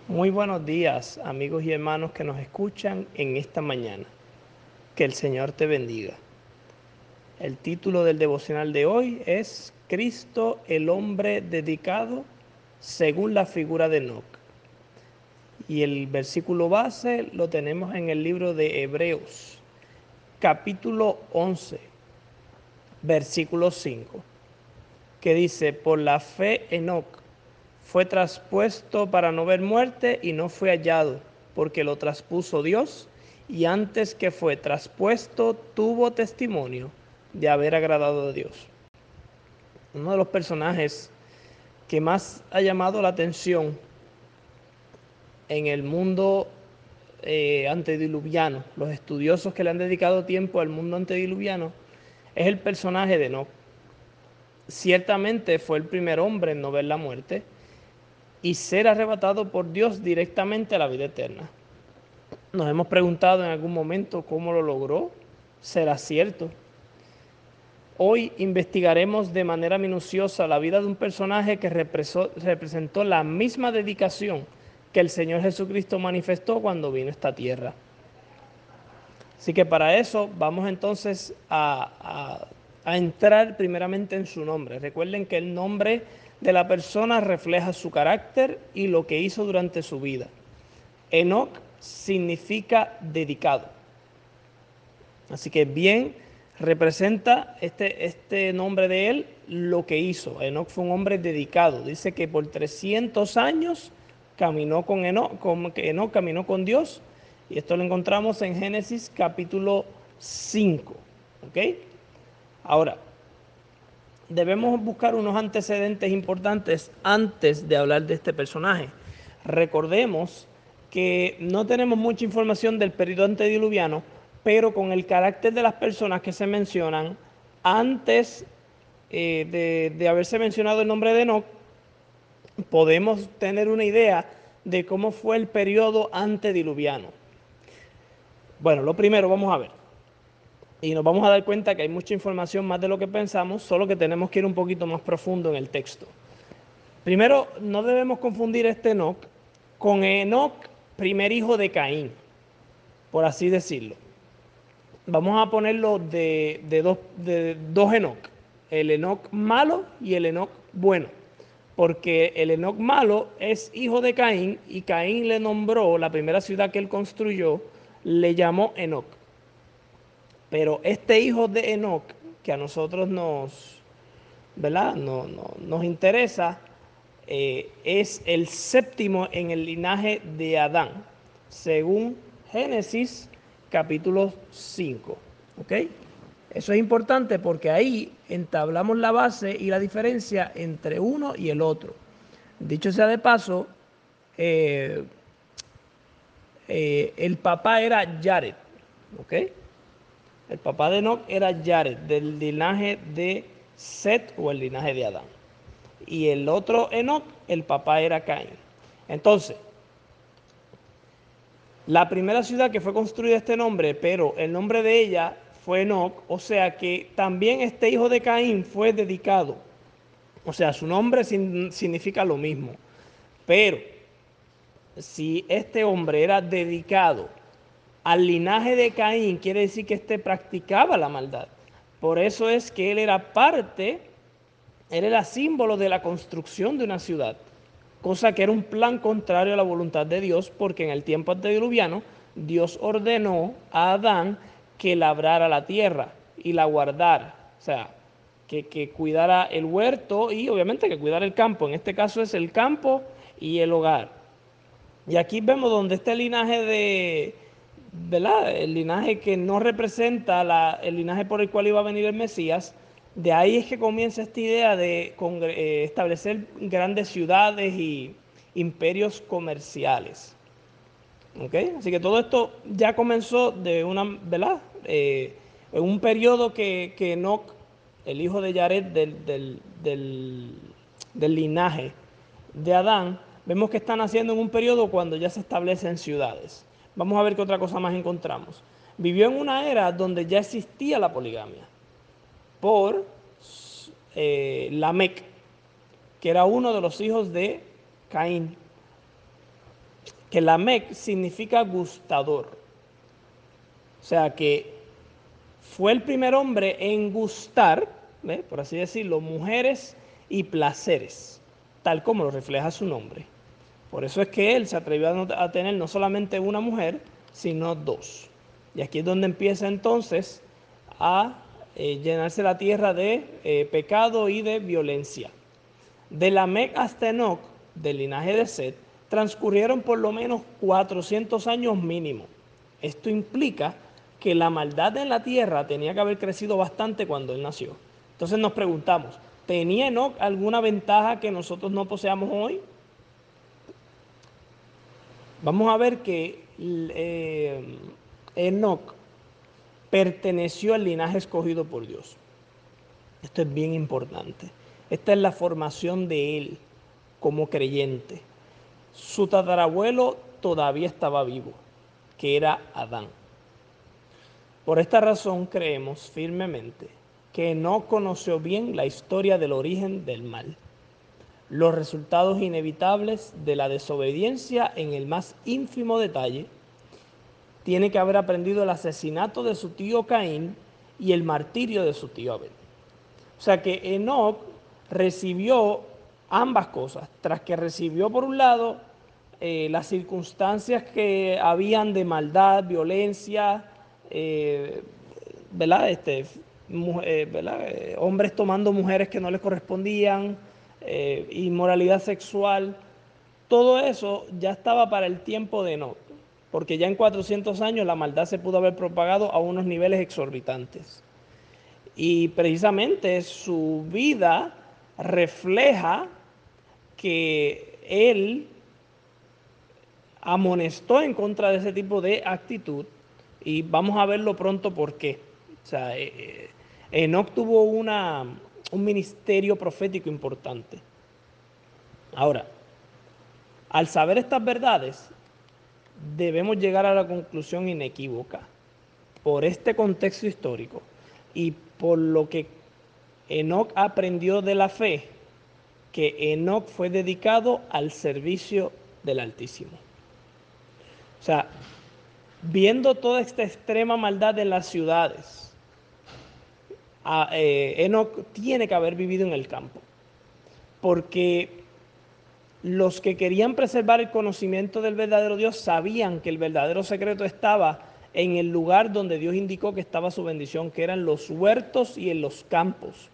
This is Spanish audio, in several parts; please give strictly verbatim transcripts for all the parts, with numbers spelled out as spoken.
Muy buenos días, amigos y hermanos que nos escuchan en esta mañana. Que el Señor te bendiga. El título del devocional de hoy es Cristo, el hombre dedicado según la figura de Enoc. Y el versículo base lo tenemos en el libro de Hebreos, capítulo once, versículo cinco, que dice: por la fe Enoc fue traspuesto para no ver muerte y no fue hallado, porque lo traspuso Dios, y antes que fue traspuesto tuvo testimonio de haber agradado a Dios. Uno de los personajes que más ha llamado la atención en el mundo eh, antediluviano, los estudiosos que le han dedicado tiempo al mundo antediluviano, es el personaje de Enoc. Ciertamente fue el primer hombre en no ver la muerte y ser arrebatado por Dios directamente a la vida eterna. Nos hemos preguntado en algún momento cómo lo logró. ¿Será cierto? Hoy investigaremos de manera minuciosa la vida de un personaje que representó la misma dedicación que el Señor Jesucristo manifestó cuando vino a esta tierra. Así que para eso vamos entonces a, a, a entrar primeramente en su nombre. Recuerden que el nombre de la persona refleja su carácter y lo que hizo durante su vida. Enoc significa dedicado. Así que bien representa este, este nombre de él lo que hizo. Enoc fue un hombre dedicado. Dice que por trescientos años caminó con Enoc, con, Enoc caminó con Dios. Y esto lo encontramos en Génesis capítulo cinco. ¿Ok? Ahora, debemos buscar unos antecedentes importantes antes de hablar de este personaje. Recordemos que no tenemos mucha información del periodo antediluviano, pero con el carácter de las personas que se mencionan antes eh, de, de haberse mencionado el nombre de Enoc, podemos tener una idea de cómo fue el periodo antediluviano. Bueno, lo primero, vamos a ver. Y nos vamos a dar cuenta que hay mucha información más de lo que pensamos, solo que tenemos que ir un poquito más profundo en el texto. Primero, no debemos confundir este Enoc con Enoc, primer hijo de Caín, por así decirlo. Vamos a ponerlo de, de, dos, de dos Enoc, el Enoc malo y el Enoc bueno, porque el Enoc malo es hijo de Caín y Caín le nombró, la primera ciudad que él construyó, le llamó Enoc. Pero este hijo de Enoc, que a nosotros nos, ¿verdad? No, no, nos interesa, eh, es el séptimo en el linaje de Adán, según Génesis capítulo cinco. ¿Ok? Eso es importante porque ahí entablamos la base y la diferencia entre uno y el otro. Dicho sea de paso, eh, eh, el papá era Jared. ¿Ok? El papá de Enoc era Jared, del linaje de Set o el linaje de Adán. Y el otro Enoc, el papá era Caín. Entonces, la primera ciudad que fue construida este nombre, pero el nombre de ella fue Enoc, o sea que también este hijo de Caín fue dedicado. O sea, su nombre sin, significa lo mismo. Pero si este hombre era dedicado al linaje de Caín, quiere decir que éste practicaba la maldad. Por eso es que él era parte, él era símbolo de la construcción de una ciudad, cosa que era un plan contrario a la voluntad de Dios, porque en el tiempo antediluviano Dios ordenó a Adán que labrara la tierra y la guardara, o sea, que, que cuidara el huerto y obviamente que cuidara el campo. En este caso es el campo y el hogar. Y aquí vemos donde este linaje de, ¿verdad? El linaje que no representa la, el linaje por el cual iba a venir el Mesías. De ahí es que comienza esta idea de eh, establecer grandes ciudades y imperios comerciales. ¿Okay? Así que todo esto ya comenzó de una, ¿verdad? Eh, en un periodo que, que Enoc, el hijo de Jared del, del, del, del linaje de Adán, vemos que están haciendo en un periodo cuando ya se establecen ciudades. Vamos a ver qué otra cosa más encontramos. Vivió en una era donde ya existía la poligamia por eh, Lamec, que era uno de los hijos de Caín. que Lamec significa gustador. O sea que fue el primer hombre en gustar, ¿ve?, por así decirlo, mujeres y placeres, tal como lo refleja su nombre. Por eso es que él se atrevió a tener no solamente una mujer, sino dos. Y aquí es donde empieza entonces a eh, llenarse la tierra de eh, pecado y de violencia. De Lamec hasta Enoc, del linaje de Set, transcurrieron por lo menos cuatrocientos años mínimo. Esto implica que la maldad en la tierra tenía que haber crecido bastante cuando él nació. Entonces nos preguntamos, ¿tenía Enoc alguna ventaja que nosotros no poseamos hoy? Vamos a ver que eh, Enoc perteneció al linaje escogido por Dios. Esto es bien importante. Esta es la formación de él como creyente. Su tatarabuelo todavía estaba vivo, que era Adán. Por esta razón creemos firmemente que no conoció bien la historia del origen del mal, los resultados inevitables de la desobediencia en el más ínfimo detalle. Tiene que haber aprendido el asesinato de su tío Caín y el martirio de su tío Abel. O sea que Enoc recibió ambas cosas, tras que recibió por un lado eh, las circunstancias que habían de maldad, violencia, eh, ¿verdad? Este, eh, ¿verdad? Eh, hombres tomando mujeres que no les correspondían, eh, inmoralidad sexual, todo eso ya estaba para el tiempo de Enoc, porque ya en cuatrocientos años la maldad se pudo haber propagado a unos niveles exorbitantes. Y precisamente su vida refleja que él amonestó en contra de ese tipo de actitud, y vamos a verlo pronto por qué. O sea, eh, Enoc tuvo una, un ministerio profético importante. Ahora, al saber estas verdades, debemos llegar a la conclusión inequívoca, por este contexto histórico y por lo que Enoc aprendió de la fe, que Enoc fue dedicado al servicio del Altísimo. O sea, viendo toda esta extrema maldad en las ciudades, a, eh, Enoc tiene que haber vivido en el campo, porque los que querían preservar el conocimiento del verdadero Dios sabían que el verdadero secreto estaba en el lugar donde Dios indicó que estaba su bendición, que eran los huertos y en los campos.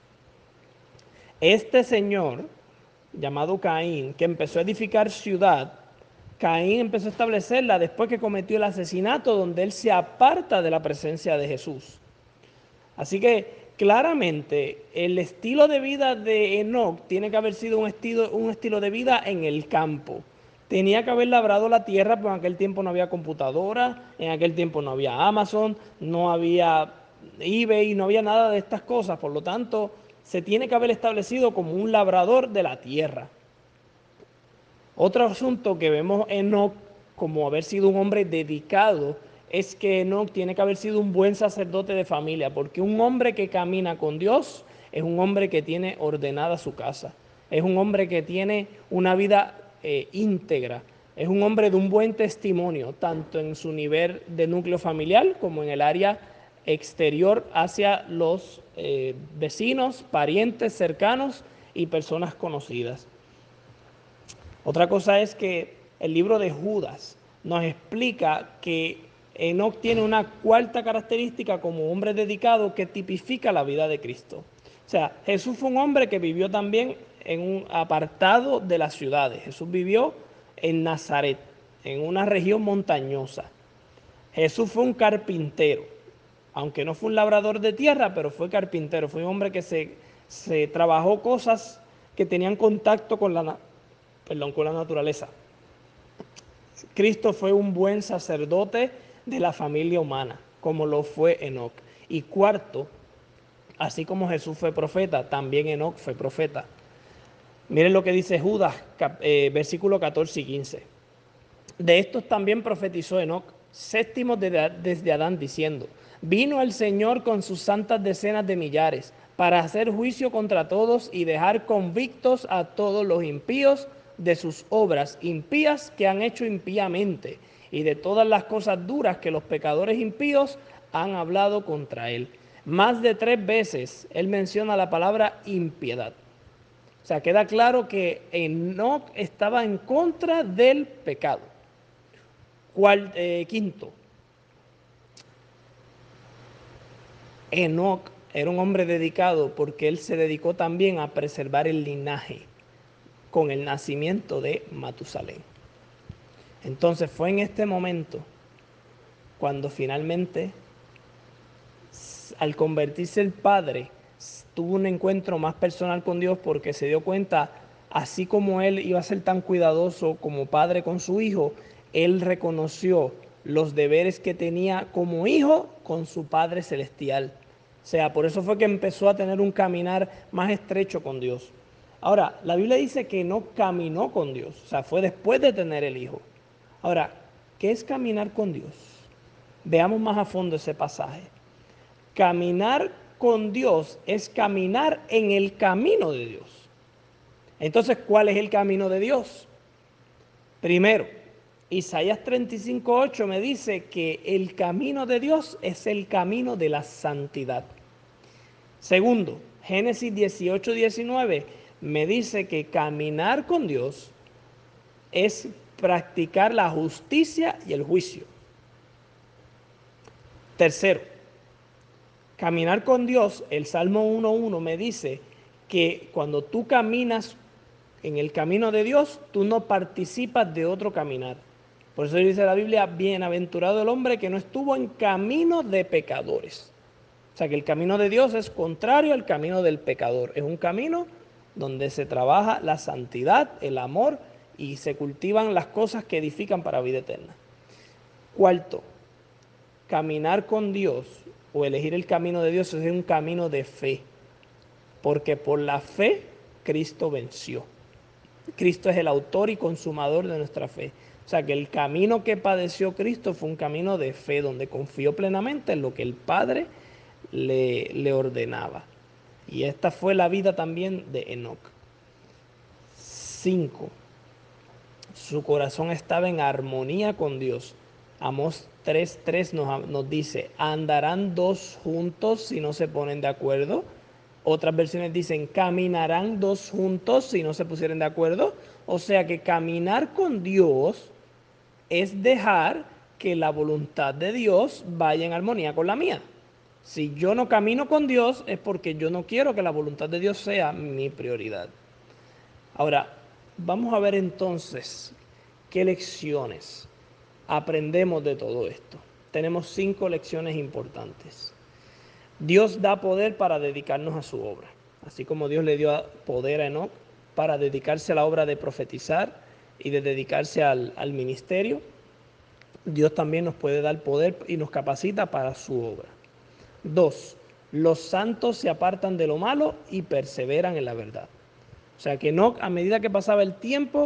Este señor, llamado Caín, que empezó a edificar ciudad, Caín empezó a establecerla después que cometió el asesinato, donde él se aparta de la presencia de Jesús. Así que claramente el estilo de vida de Enoc tiene que haber sido un estilo, un estilo de vida en el campo. Tenía que haber labrado la tierra, pero en aquel tiempo no había computadora, en aquel tiempo no había Amazon, no había eBay, no había nada de estas cosas. Por lo tanto, se tiene que haber establecido como un labrador de la tierra. Otro asunto que vemos en Enoc como haber sido un hombre dedicado es que Enoc tiene que haber sido un buen sacerdote de familia, porque un hombre que camina con Dios es un hombre que tiene ordenada su casa, es un hombre que tiene una vida eh, íntegra, es un hombre de un buen testimonio, tanto en su nivel de núcleo familiar como en el área exterior hacia los eh, vecinos, parientes cercanos y personas conocidas. Otra cosa es que el libro de Judas nos explica que Enoc tiene una cuarta característica como hombre dedicado que tipifica la vida de Cristo. O sea, Jesús fue un hombre que vivió también en un apartado de las ciudades. Jesús vivió en Nazaret, en una región montañosa. Jesús fue un carpintero, aunque no fue un labrador de tierra, pero fue carpintero. Fue un hombre que se, se trabajó cosas que tenían contacto con la, perdón, con la naturaleza. Cristo fue un buen sacerdote de la familia humana, como lo fue Enoc. Y cuarto, así como Jesús fue profeta, también Enoc fue profeta. Miren lo que dice Judas, eh, versículo catorce y quince. De estos también profetizó Enoc, séptimo desde Adán, diciendo: vino el Señor con sus santas decenas de millares, para hacer juicio contra todos y dejar convictos a todos los impíos de sus obras impías que han hecho impíamente y de todas las cosas duras que los pecadores impíos han hablado contra él. Más de tres veces él menciona la palabra impiedad. O sea, queda claro que Enoc estaba en contra del pecado. Cual, eh, quinto, Enoc era un hombre dedicado porque él se dedicó también a preservar el linaje con el nacimiento de Matusalén. Entonces fue en este momento cuando finalmente, al convertirse el padre, tuvo un encuentro más personal con Dios porque se dio cuenta, así como él iba a ser tan cuidadoso como padre con su hijo, él reconoció los deberes que tenía como hijo con su Padre Celestial. O sea, por eso fue que empezó a tener un caminar más estrecho con Dios. Ahora, la Biblia dice que no caminó con Dios, o sea, fue después de tener el hijo. Ahora, ¿qué es caminar con Dios? Veamos más a fondo ese pasaje. Caminar con Dios es caminar en el camino de Dios. Entonces, ¿cuál es el camino de Dios? Primero, Isaías treinta y cinco ocho me dice que el camino de Dios es el camino de la santidad. Segundo, Génesis dieciocho diecinueve me dice que caminar con Dios es practicar la justicia y el juicio. Tercero, caminar con Dios, el Salmo uno uno me dice que cuando tú caminas en el camino de Dios, tú no participas de otro caminar. Por eso dice la Biblia, bienaventurado el hombre que no estuvo en camino de pecadores. O sea que el camino de Dios es contrario al camino del pecador. Es un camino donde se trabaja la santidad, el amor y se cultivan las cosas que edifican para vida eterna. Cuarto, caminar con Dios o elegir el camino de Dios es un camino de fe. Porque por la fe Cristo venció. Cristo es el autor y consumador de nuestra fe. O sea que el camino que padeció Cristo fue un camino de fe, donde confió plenamente en lo que el Padre le, le ordenaba. Y esta fue la vida también de Enoc. Cinco. Su corazón estaba en armonía con Dios. Amós tres tres nos, nos dice, ¿andarán dos juntos si no se ponen de acuerdo? Otras versiones dicen, ¿caminarán dos juntos si no se pusieren de acuerdo? O sea que caminar con Dios es dejar que la voluntad de Dios vaya en armonía con la mía. Si yo no camino con Dios es porque yo no quiero que la voluntad de Dios sea mi prioridad. Ahora, vamos a ver entonces qué lecciones aprendemos de todo esto. Tenemos cinco lecciones importantes. Dios da poder para dedicarnos a su obra, así como Dios le dio poder a Enoc para dedicarse a la obra de profetizar y de dedicarse al, al ministerio. Dios también nos puede dar poder y nos capacita para su obra. Dos, los santos se apartan de lo malo y perseveran en la verdad. O sea que Enoc, a medida que pasaba el tiempo,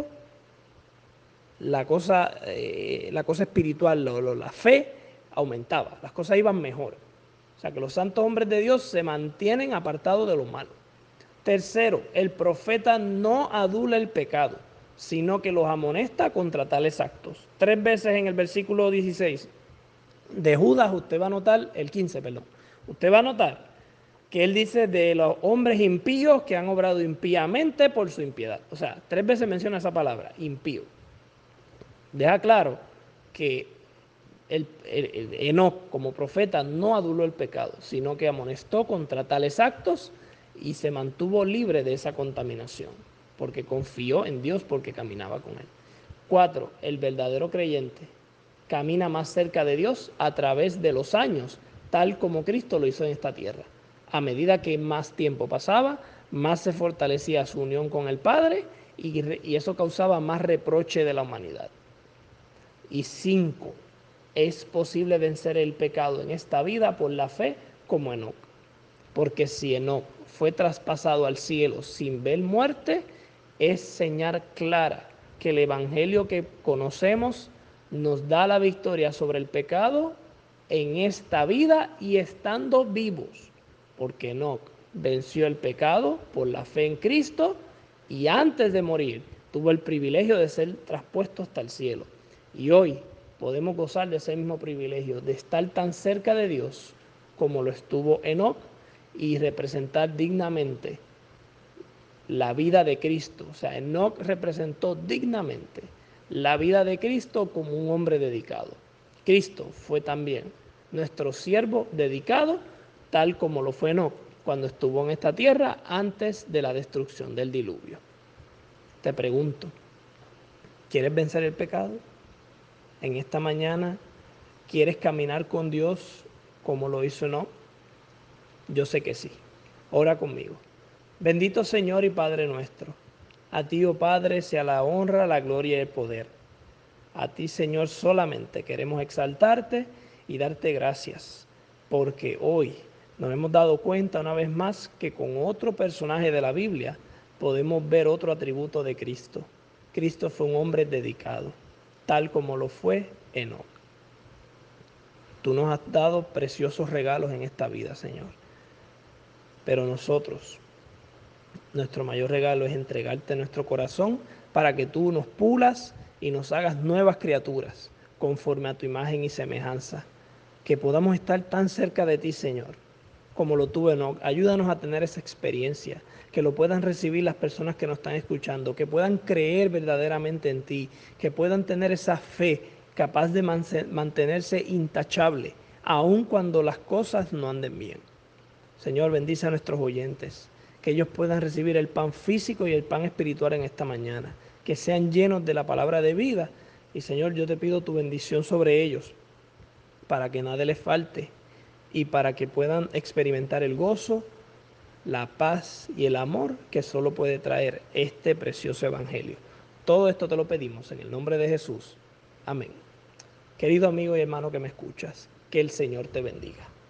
la cosa, eh, la cosa espiritual, lo, lo, la fe aumentaba, las cosas iban mejor. O sea que los santos hombres de Dios se mantienen apartados de lo malo. Tercero, el profeta no adula el pecado, sino que los amonesta contra tales actos. Tres veces en el versículo dieciséis de Judas, usted va a notar, el quince, perdón, usted va a notar que él dice de los hombres impíos que han obrado impíamente por su impiedad. O sea, tres veces menciona esa palabra, impío. Deja claro que el, el, el Enoc como profeta no aduló el pecado, sino que amonestó contra tales actos y se mantuvo libre de esa contaminación, porque confió en Dios porque caminaba con él. Cuatro, el verdadero creyente camina más cerca de Dios a través de los años, tal como Cristo lo hizo en esta tierra. A medida que más tiempo pasaba, más se fortalecía su unión con el Padre y, y eso causaba más reproche de la humanidad. Y cinco, es posible vencer el pecado en esta vida por la fe como Enoc. Porque si Enoc fue traspasado al cielo sin ver muerte, es señal clara que el evangelio que conocemos nos da la victoria sobre el pecado en esta vida y estando vivos. Porque Enoc venció el pecado por la fe en Cristo y antes de morir tuvo el privilegio de ser traspuesto hasta el cielo. Y hoy podemos gozar de ese mismo privilegio, de estar tan cerca de Dios como lo estuvo Enoc y representar dignamente la vida de Cristo. O sea, Enoc representó dignamente la vida de Cristo como un hombre dedicado. Cristo fue también nuestro siervo dedicado, tal como lo fue Enoc cuando estuvo en esta tierra antes de la destrucción del diluvio. Te pregunto, ¿quieres vencer el pecado? En esta mañana, ¿quieres caminar con Dios como lo hizo Enoc? Yo sé que sí. Ora conmigo. Bendito Señor y Padre nuestro, a ti, oh Padre, sea la honra, la gloria y el poder. A ti, Señor, solamente queremos exaltarte y darte gracias, porque hoy nos hemos dado cuenta una vez más que con otro personaje de la Biblia podemos ver otro atributo de Cristo. Cristo fue un hombre dedicado, tal como lo fue Enoc. Tú nos has dado preciosos regalos en esta vida, Señor. Pero nosotros, nuestro mayor regalo es entregarte nuestro corazón para que tú nos pulas y nos hagas nuevas criaturas conforme a tu imagen y semejanza. Que podamos estar tan cerca de ti, Señor, como lo tuve Enoc. Ayúdanos a tener esa experiencia, que lo puedan recibir las personas que nos están escuchando, que puedan creer verdaderamente en ti, que puedan tener esa fe capaz de mantenerse intachable, aun cuando las cosas no anden bien. Señor, bendice a nuestros oyentes, que ellos puedan recibir el pan físico y el pan espiritual en esta mañana, que sean llenos de la palabra de vida. Y Señor, yo te pido tu bendición sobre ellos, para que nada les falte y para que puedan experimentar el gozo, la paz y el amor que solo puede traer este precioso evangelio. Todo esto te lo pedimos en el nombre de Jesús. Amén. Querido amigo y hermano que me escuchas, que el Señor te bendiga.